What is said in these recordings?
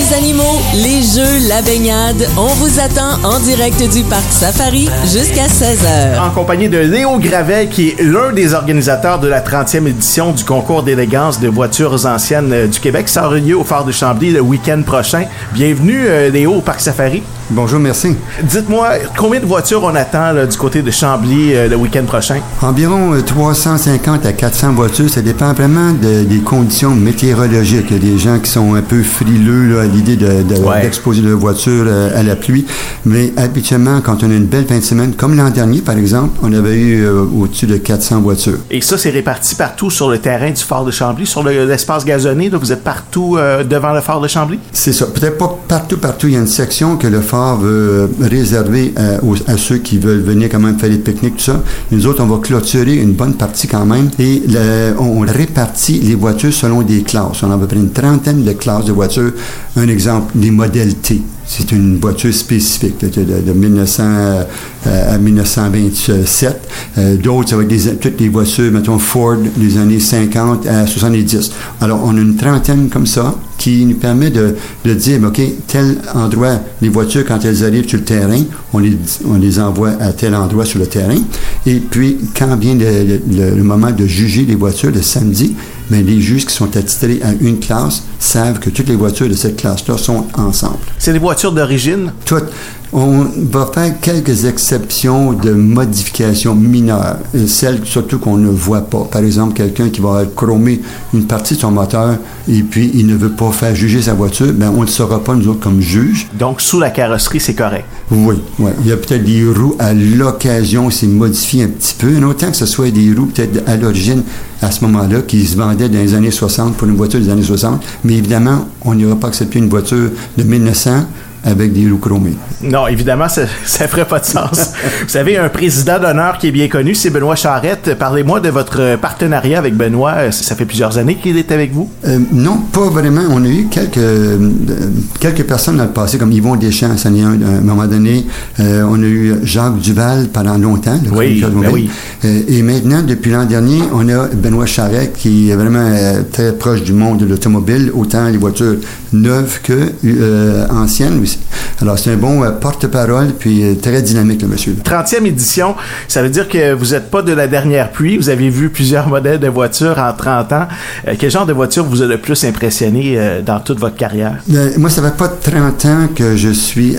Les animaux, les jeux, la baignade, on vous attend en direct du Parc Safari jusqu'à 16h. En compagnie de Léo Gravel, qui est l'un des organisateurs de la 30e édition du concours d'élégance de voitures anciennes du Québec. Ça aura lieu au Phare de Chambly le week-end prochain. Bienvenue, Léo, au Parc Safari. Bonjour, merci. Dites-moi, combien de voitures on attend là, du côté de Chambly le week-end prochain? Environ 350 à 400 voitures. Ça dépend vraiment des conditions météorologiques. Il y a des gens qui sont un peu frileux là, à l'idée d'exposer leur voiture à la pluie. Mais habituellement, quand on a une belle fin de semaine, comme l'an dernier, par exemple, on avait eu au-dessus de 400 voitures. Et ça, c'est réparti partout sur le terrain du Phare de Chambly, sur l'espace gazonné. Là, vous êtes partout devant le Phare de Chambly? C'est ça. Peut-être pas partout. Il y a une section que le Phare veut réserver à ceux qui veulent venir quand même faire des pique-niques, tout ça. Nous autres, on va clôturer une bonne partie quand même et on répartit les voitures selon des classes. On a à peu près une trentaine de classes de voitures. Un exemple, les modèles T. C'est une voiture spécifique de 1900 à 1927. D'autres, ça va être toutes les voitures, mettons Ford, des années 50 à 70. Alors, on a une trentaine comme ça qui nous permet de dire, OK, tel endroit, les voitures, quand elles arrivent sur le terrain, on les envoie à tel endroit sur le terrain. Et puis, quand vient le moment de juger les voitures le samedi, bien, les juges qui sont attitrés à une classe savent que toutes les voitures de cette classe-là sont ensemble. C'est des voitures d'origine? Toutes. On va faire quelques exceptions de modifications mineures, celles surtout qu'on ne voit pas. Par exemple, quelqu'un qui va chromer une partie de son moteur et puis il ne veut pas faire juger sa voiture, bien, on ne le saura pas, nous autres, comme juge. Donc, sous la carrosserie, c'est correct? Oui. Il y a peut-être des roues à l'occasion, c'est modifié un petit peu. En autant que ce soit des roues peut-être à l'origine, à ce moment-là, qui se vendaient dans les années 60 pour une voiture des années 60. Mais évidemment, on n'ira pas accepter une voiture de 1900 avec des roues chromées. Non, évidemment, ça ferait pas de sens. Vous savez, un président d'honneur qui est bien connu, c'est Benoît Charette. Parlez-moi de votre partenariat avec Benoît. Ça fait plusieurs années qu'il est avec vous? Non, pas vraiment. On a eu quelques personnes dans le passé, comme Yvon Deschamps, à un moment donné. On a eu Jacques Duval pendant longtemps. Oui. Et maintenant, depuis l'an dernier, on a Benoît Charette qui est vraiment très proche du monde de l'automobile, autant les voitures neuves que anciennes aussi. Alors, c'est un bon porte-parole, puis très dynamique, le monsieur. 30e édition, ça veut dire que vous n'êtes pas de la dernière pluie. Vous avez vu plusieurs modèles de voitures en 30 ans. Quel genre de voiture vous a le plus impressionné dans toute votre carrière? Moi, ça fait pas 30 ans que je suis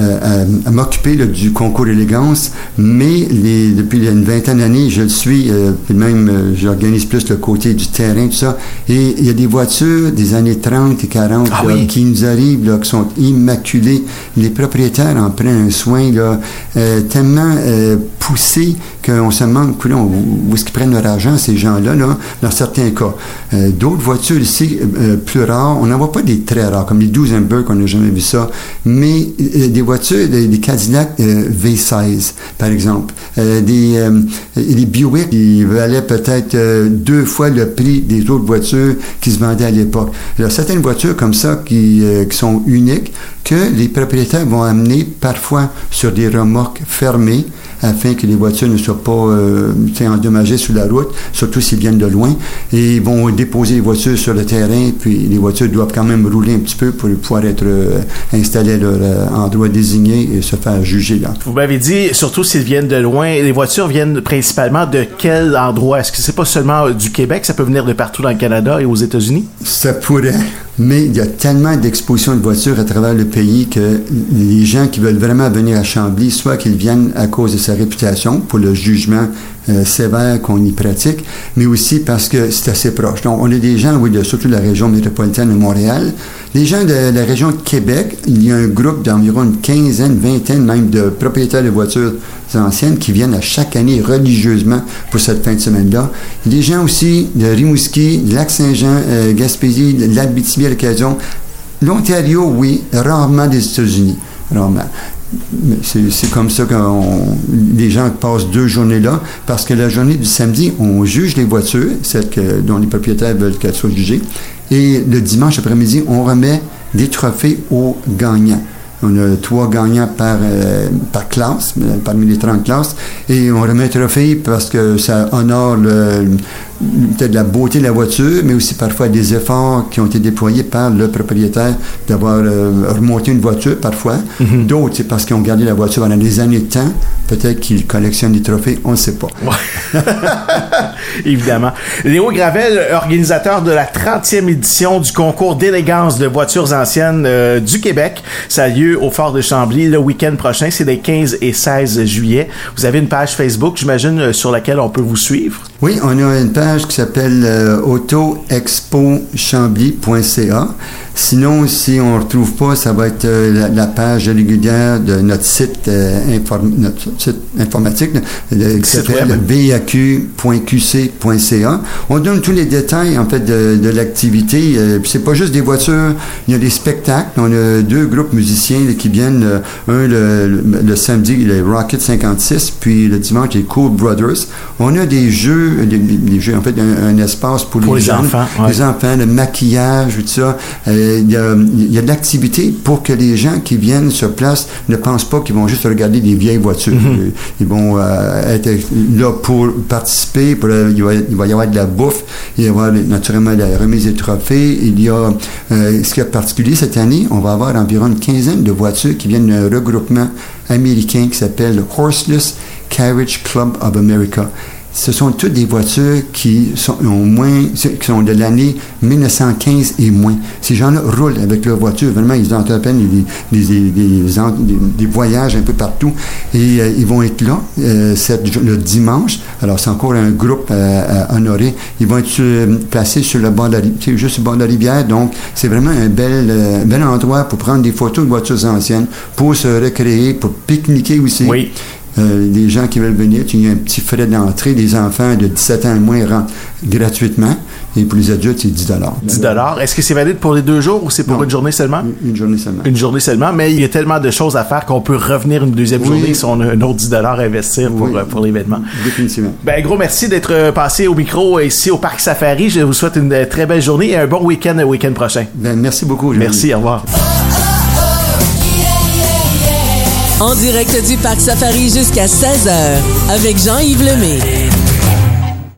à m'occuper du concours élégance, mais depuis une vingtaine d'années, je le suis, puis même j'organise plus le côté du terrain, tout ça. Et il y a des voitures des années 30 et 40 qui nous arrivent, là, qui sont immaculées. Les propriétaires en prennent un soin là, tellement poussé qu'on se demande où est-ce qu'ils prennent leur argent, ces gens-là, là, dans certains cas. D'autres voitures ici, plus rares, on n'en voit pas des très rares, comme les Duesenberg, on n'a jamais vu ça, mais des voitures, des Cadillac V16, par exemple, des Buick qui valaient peut-être 2 fois le prix des autres voitures qui se vendaient à l'époque. Alors, certaines voitures comme ça qui sont uniques, que les propriétaires vont amener parfois sur des remorques fermées afin que les voitures ne soient pas endommagées sur la route, surtout s'ils viennent de loin. Et ils vont déposer les voitures sur le terrain, puis les voitures doivent quand même rouler un petit peu pour pouvoir être installées à leur endroit désigné et se faire juger. Là. Vous m'avez dit, surtout s'ils viennent de loin, les voitures viennent principalement de quel endroit? Est-ce que c'est pas seulement du Québec, ça peut venir de partout dans le Canada et aux États-Unis? Ça pourrait, mais il y a tellement d'expositions de voitures à travers le pays que les gens qui veulent vraiment venir à Chambly, soit qu'ils viennent à cause de sa réputation pour le jugement sévère qu'on y pratique, mais aussi parce que c'est assez proche. Donc, on a des gens, surtout de la région métropolitaine de Montréal. Les gens de la région de Québec, il y a un groupe d'environ une quinzaine, vingtaine même de propriétaires de voitures anciennes qui viennent à chaque année religieusement pour cette fin de semaine-là. Les gens aussi de Rimouski, Lac-Saint-Jean, Gaspésie, l'Abitibi à l'occasion. L'Ontario, oui, rarement des États-Unis, rarement. C'est comme ça que les gens passent 2 journées là, parce que la journée du samedi, on juge les voitures, celles dont les propriétaires veulent qu'elles soient jugées, et le dimanche après-midi, on remet des trophées aux gagnants. On a 3 gagnants par classe, parmi les 30 classes. Et on remet un trophée parce que ça honore peut-être la beauté de la voiture, mais aussi parfois des efforts qui ont été déployés par le propriétaire d'avoir remonté une voiture parfois. Mm-hmm. D'autres, c'est parce qu'ils ont gardé la voiture pendant des années de temps. Peut-être qu'ils collectionnent des trophées, on ne sait pas. Ouais. Évidemment. Léo Gravel, organisateur de la 30e édition du concours d'élégance de voitures anciennes du Québec. Ça a lieu au Fort de Chambly le week-end prochain. C'est les 15 et 16 juillet. Vous avez une page Facebook, j'imagine, sur laquelle on peut vous suivre? Oui, on a une page qui s'appelle autoexpochambly.ca. Sinon, si on ne retrouve pas, ça va être la page régulière de notre site, informatique qui s'appelle vaq.qc.ca. On donne tous les détails en fait de l'activité. Puis c'est pas juste des voitures, il y a des spectacles. On a 2 groupes musiciens qui viennent, un le samedi, le Rocket 56, puis le dimanche, les Cool Brothers. On a des jeux, en fait, un espace pour les jeunes, enfants, ouais. Les enfants, le maquillage, tout ça. Il y a de l'activité pour que les gens qui viennent sur place ne pensent pas qu'ils vont juste regarder des vieilles voitures. Mm-hmm. Ils vont être là pour participer. Il va y avoir de la bouffe. Il va y avoir naturellement la remise des trophées. Il y a ce qui est particulier cette année, on va avoir environ une quinzaine de voitures qui viennent d'un regroupement américain qui s'appelle le Horseless Carriage Club of America. Ce sont toutes des voitures qui sont de l'année 1915 et moins. Ces gens-là roulent avec leur voiture. Vraiment, ils entreprennent des voyages un peu partout. Et ils vont être là le dimanche. Alors, c'est encore un groupe à honorer. Ils vont être placés sur le bord de la rivière, juste sur le bord de la rivière. Donc, c'est vraiment un bel endroit pour prendre des photos de voitures anciennes, pour se recréer, pour pique-niquer aussi. Oui. Les gens qui veulent venir, il y a un petit frais d'entrée. Les enfants de 17 ans et moins rentrent gratuitement. Et pour les adultes, c'est 10 $. 10 $. Est-ce que c'est valide pour les 2 jours ou c'est pour une journée seulement? Une journée seulement. Une journée seulement, mais il y a tellement de choses à faire qu'on peut revenir une deuxième journée si on a un autre 10 $ à investir pour l'événement. Définitivement. Ben, gros merci d'être passé au micro ici au Parc Safari. Je vous souhaite une très belle journée et un bon week-end le week-end prochain. Ben, merci beaucoup. Merci, au revoir. En direct du Parc Safari jusqu'à 16h avec Jean-Yves Lemay.